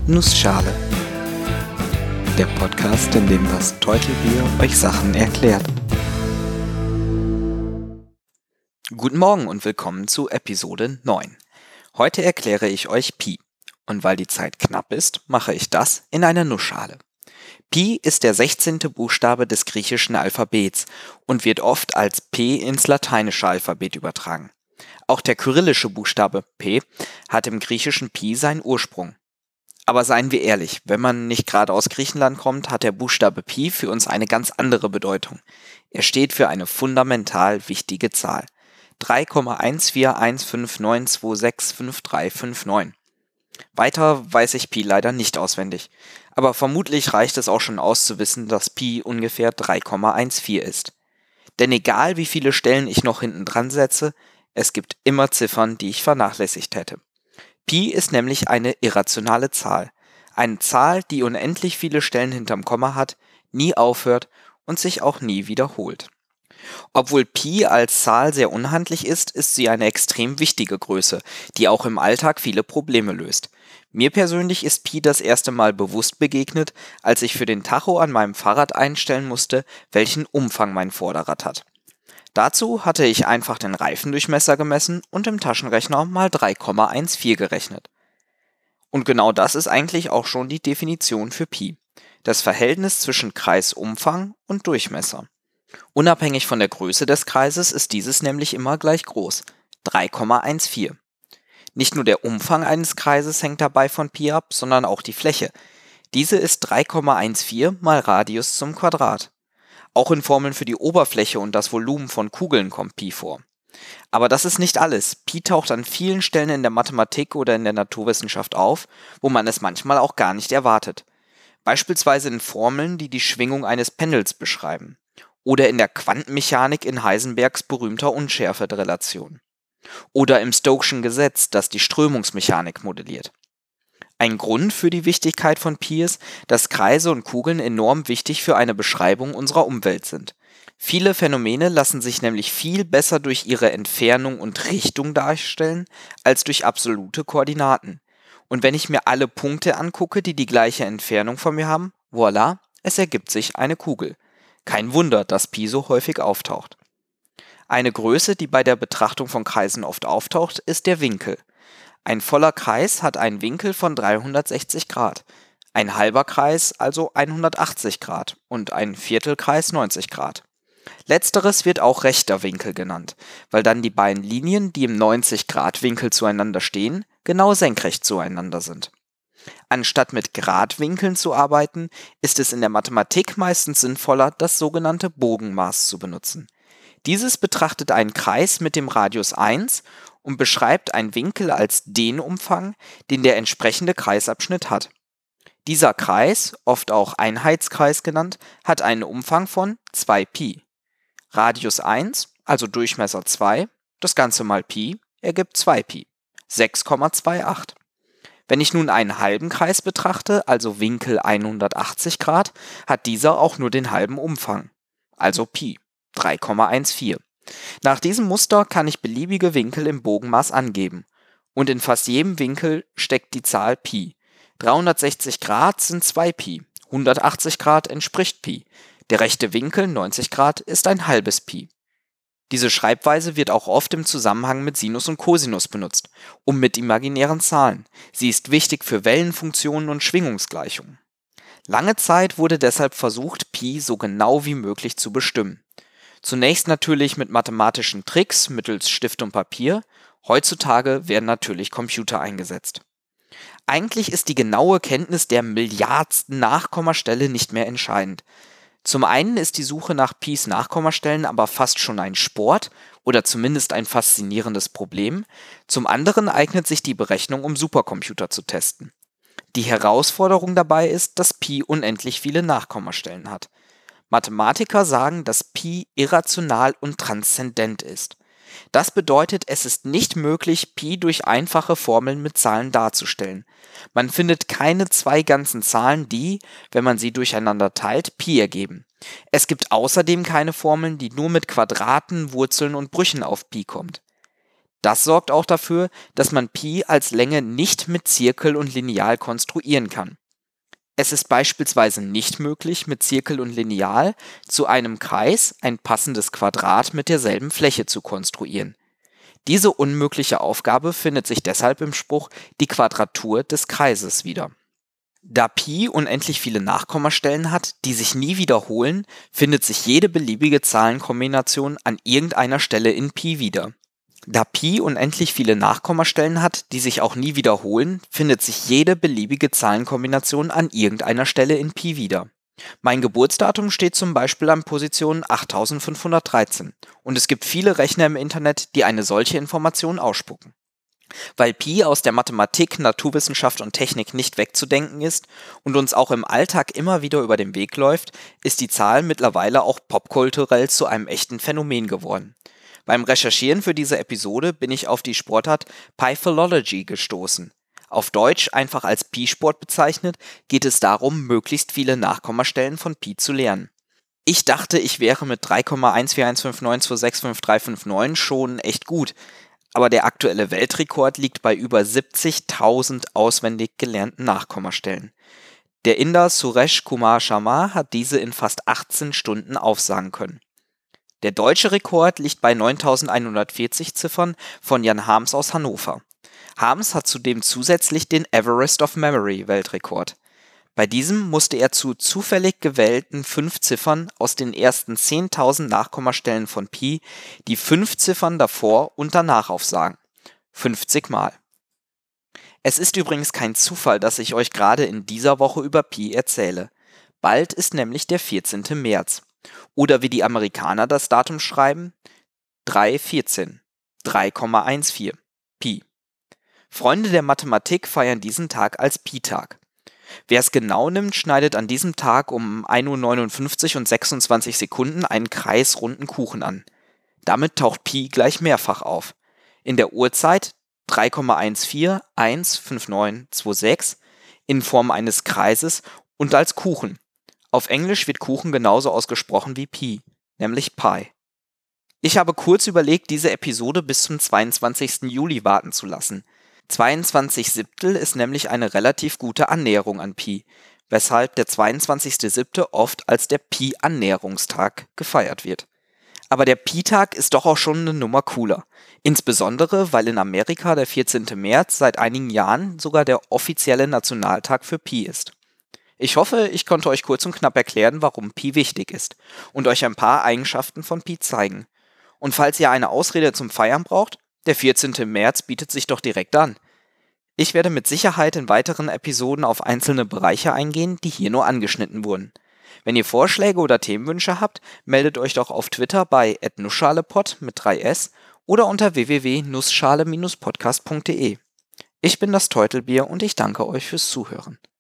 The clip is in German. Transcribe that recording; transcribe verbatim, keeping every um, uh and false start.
Nussschale. Der Podcast, in dem das Teutelbier euch Sachen erklärt. Guten Morgen und willkommen zu Episode neun. Heute erkläre ich euch Pi. Und weil die Zeit knapp ist, mache ich das in einer Nussschale. Pi ist der sechzehnte Buchstabe des griechischen Alphabets und wird oft als P ins lateinische Alphabet übertragen. Auch der kyrillische Buchstabe P hat im griechischen Pi seinen Ursprung. Aber seien wir ehrlich, wenn man nicht gerade aus Griechenland kommt, hat der Buchstabe Pi für uns eine ganz andere Bedeutung. Er steht für eine fundamental wichtige Zahl. drei Komma eins vier eins fünf neun zwei sechs fünf drei fünf neun. Weiter weiß ich Pi leider nicht auswendig, aber vermutlich reicht es auch schon aus zu wissen, dass Pi ungefähr drei Komma eins vier ist. Denn egal wie viele Stellen ich noch hinten dran setze, es gibt immer Ziffern, die ich vernachlässigt hätte. Pi ist nämlich eine irrationale Zahl. Eine Zahl, die unendlich viele Stellen hinterm Komma hat, nie aufhört und sich auch nie wiederholt. Obwohl Pi als Zahl sehr unhandlich ist, ist sie eine extrem wichtige Größe, die auch im Alltag viele Probleme löst. Mir persönlich ist Pi das erste Mal bewusst begegnet, als ich für den Tacho an meinem Fahrrad einstellen musste, welchen Umfang mein Vorderrad hat. Dazu hatte ich einfach den Reifendurchmesser gemessen und im Taschenrechner mal drei Komma eins vier gerechnet. Und genau das ist eigentlich auch schon die Definition für Pi. Das Verhältnis zwischen Kreisumfang und Durchmesser. Unabhängig von der Größe des Kreises ist dieses nämlich immer gleich groß, drei Komma eins vier. Nicht nur der Umfang eines Kreises hängt dabei von Pi ab, sondern auch die Fläche. Diese ist drei Komma eins vier mal Radius zum Quadrat. Auch in Formeln für die Oberfläche und das Volumen von Kugeln kommt Pi vor. Aber das ist nicht alles. Pi taucht an vielen Stellen in der Mathematik oder in der Naturwissenschaft auf, wo man es manchmal auch gar nicht erwartet. Beispielsweise in Formeln, die die Schwingung eines Pendels beschreiben. Oder in der Quantenmechanik in Heisenbergs berühmter Unschärferelation. Oder im Stoke'schen Gesetz, das die Strömungsmechanik modelliert. Ein Grund für die Wichtigkeit von Pi ist, dass Kreise und Kugeln enorm wichtig für eine Beschreibung unserer Umwelt sind. Viele Phänomene lassen sich nämlich viel besser durch ihre Entfernung und Richtung darstellen, als durch absolute Koordinaten. Und wenn ich mir alle Punkte angucke, die die gleiche Entfernung von mir haben, voilà, es ergibt sich eine Kugel. Kein Wunder, dass Pi so häufig auftaucht. Eine Größe, die bei der Betrachtung von Kreisen oft auftaucht, ist der Winkel. Ein voller Kreis hat einen Winkel von dreihundertsechzig Grad, ein halber Kreis also hundertachtzig Grad und ein Viertelkreis neunzig Grad. Letzteres wird auch rechter Winkel genannt, weil dann die beiden Linien, die im neunzig Grad Winkel zueinander stehen, genau senkrecht zueinander sind. Anstatt mit Gradwinkeln zu arbeiten, ist es in der Mathematik meistens sinnvoller, das sogenannte Bogenmaß zu benutzen. Dieses betrachtet einen Kreis mit dem Radius eins und beschreibt einen Winkel als den Umfang, den der entsprechende Kreisabschnitt hat. Dieser Kreis, oft auch Einheitskreis genannt, hat einen Umfang von zwei Pi. Radius eins, also Durchmesser zwei, das Ganze mal Pi, ergibt zwei Pi, sechs Komma achtundzwanzig. Wenn ich nun einen halben Kreis betrachte, also Winkel hundertachtzig Grad, hat dieser auch nur den halben Umfang, also Pi, drei Komma vierzehn. Nach diesem Muster kann ich beliebige Winkel im Bogenmaß angeben. Und in fast jedem Winkel steckt die Zahl Pi. dreihundertsechzig Grad sind zwei Pi, hundertachtzig Grad entspricht Pi. Der rechte Winkel, neunzig Grad, ist ein halbes Pi. Diese Schreibweise wird auch oft im Zusammenhang mit Sinus und Cosinus benutzt, um mit imaginären Zahlen. Sie ist wichtig für Wellenfunktionen und Schwingungsgleichungen. Lange Zeit wurde deshalb versucht, Pi so genau wie möglich zu bestimmen. Zunächst natürlich mit mathematischen Tricks mittels Stift und Papier, heutzutage werden natürlich Computer eingesetzt. Eigentlich ist die genaue Kenntnis der Milliardsten Nachkommastelle nicht mehr entscheidend. Zum einen ist die Suche nach Pis Nachkommastellen aber fast schon ein Sport oder zumindest ein faszinierendes Problem, zum anderen eignet sich die Berechnung, um Supercomputer zu testen. Die Herausforderung dabei ist, dass Pi unendlich viele Nachkommastellen hat. Mathematiker sagen, dass Pi irrational und transzendent ist. Das bedeutet, es ist nicht möglich, Pi durch einfache Formeln mit Zahlen darzustellen. Man findet keine zwei ganzen Zahlen, die, wenn man sie durcheinander teilt, Pi ergeben. Es gibt außerdem keine Formeln, die nur mit Quadraten, Wurzeln und Brüchen auf Pi kommt. Das sorgt auch dafür, dass man Pi als Länge nicht mit Zirkel und Lineal konstruieren kann. Es ist beispielsweise nicht möglich, mit Zirkel und Lineal zu einem Kreis ein passendes Quadrat mit derselben Fläche zu konstruieren. Diese unmögliche Aufgabe findet sich deshalb im Spruch die Quadratur des Kreises wieder. Da Pi unendlich viele Nachkommastellen hat, die sich nie wiederholen, findet sich jede beliebige Zahlenkombination an irgendeiner Stelle in Pi wieder. Da Pi unendlich viele Nachkommastellen hat, die sich auch nie wiederholen, findet sich jede beliebige Zahlenkombination an irgendeiner Stelle in Pi wieder. Mein Geburtsdatum steht zum Beispiel an Position achttausendfünfhundertdreizehn und es gibt viele Rechner im Internet, die eine solche Information ausspucken. Weil Pi aus der Mathematik, Naturwissenschaft und Technik nicht wegzudenken ist und uns auch im Alltag immer wieder über den Weg läuft, ist die Zahl mittlerweile auch popkulturell zu einem echten Phänomen geworden. Beim Recherchieren für diese Episode bin ich auf die Sportart Pi-Philology gestoßen. Auf Deutsch einfach als Pi-Sport bezeichnet, geht es darum, möglichst viele Nachkommastellen von Pi zu lernen. Ich dachte, ich wäre mit drei Komma eins vier eins fünf neun zwei sechs fünf drei fünf neun schon echt gut, aber der aktuelle Weltrekord liegt bei über siebzigtausend auswendig gelernten Nachkommastellen. Der Inder Suresh Kumar Sharma hat diese in fast achtzehn Stunden aufsagen können. Der deutsche Rekord liegt bei neuntausendeinhundertvierzig Ziffern von Jan Harms aus Hannover. Harms hat zudem zusätzlich den Everest of Memory Weltrekord. Bei diesem musste er zu zufällig gewählten fünf Ziffern aus den ersten zehntausend Nachkommastellen von Pi die fünf Ziffern davor und danach aufsagen. fünfzig Mal. Es ist übrigens kein Zufall, dass ich euch gerade in dieser Woche über Pi erzähle. Bald ist nämlich der vierzehnte März. Oder wie die Amerikaner das Datum schreiben, drei vierzehn, drei Komma vierzehn, Pi. Freunde der Mathematik feiern diesen Tag als Pi-Tag. Wer es genau nimmt, schneidet an diesem Tag um ein Uhr neunundfünfzig und sechsundzwanzig Sekunden einen kreisrunden Kuchen an. Damit taucht Pi gleich mehrfach auf. In der Uhrzeit drei Komma eins vier eins fünf neun zwei sechs in Form eines Kreises und als Kuchen. Auf Englisch wird Kuchen genauso ausgesprochen wie Pi, nämlich Pi. Ich habe kurz überlegt, diese Episode bis zum zweiundzwanzigsten Juli warten zu lassen. zweiundzwanzig Siebtel ist nämlich eine relativ gute Annäherung an Pi, weshalb der zweiundzwanzigste Siebte oft als der Pi-Annäherungstag gefeiert wird. Aber der Pi-Tag ist doch auch schon eine Nummer cooler. Insbesondere, weil in Amerika der vierzehnte März seit einigen Jahren sogar der offizielle Nationaltag für Pi ist. Ich hoffe, ich konnte euch kurz und knapp erklären, warum Pi wichtig ist und euch ein paar Eigenschaften von Pi zeigen. Und falls ihr eine Ausrede zum Feiern braucht, der vierzehnte März bietet sich doch direkt an. Ich werde mit Sicherheit in weiteren Episoden auf einzelne Bereiche eingehen, die hier nur angeschnitten wurden. Wenn ihr Vorschläge oder Themenwünsche habt, meldet euch doch auf Twitter bei at nussschalepod mit drei s oder unter w w w punkt nussschale Bindestrich podcast punkt de. Ich bin das Teutelbier und ich danke euch fürs Zuhören.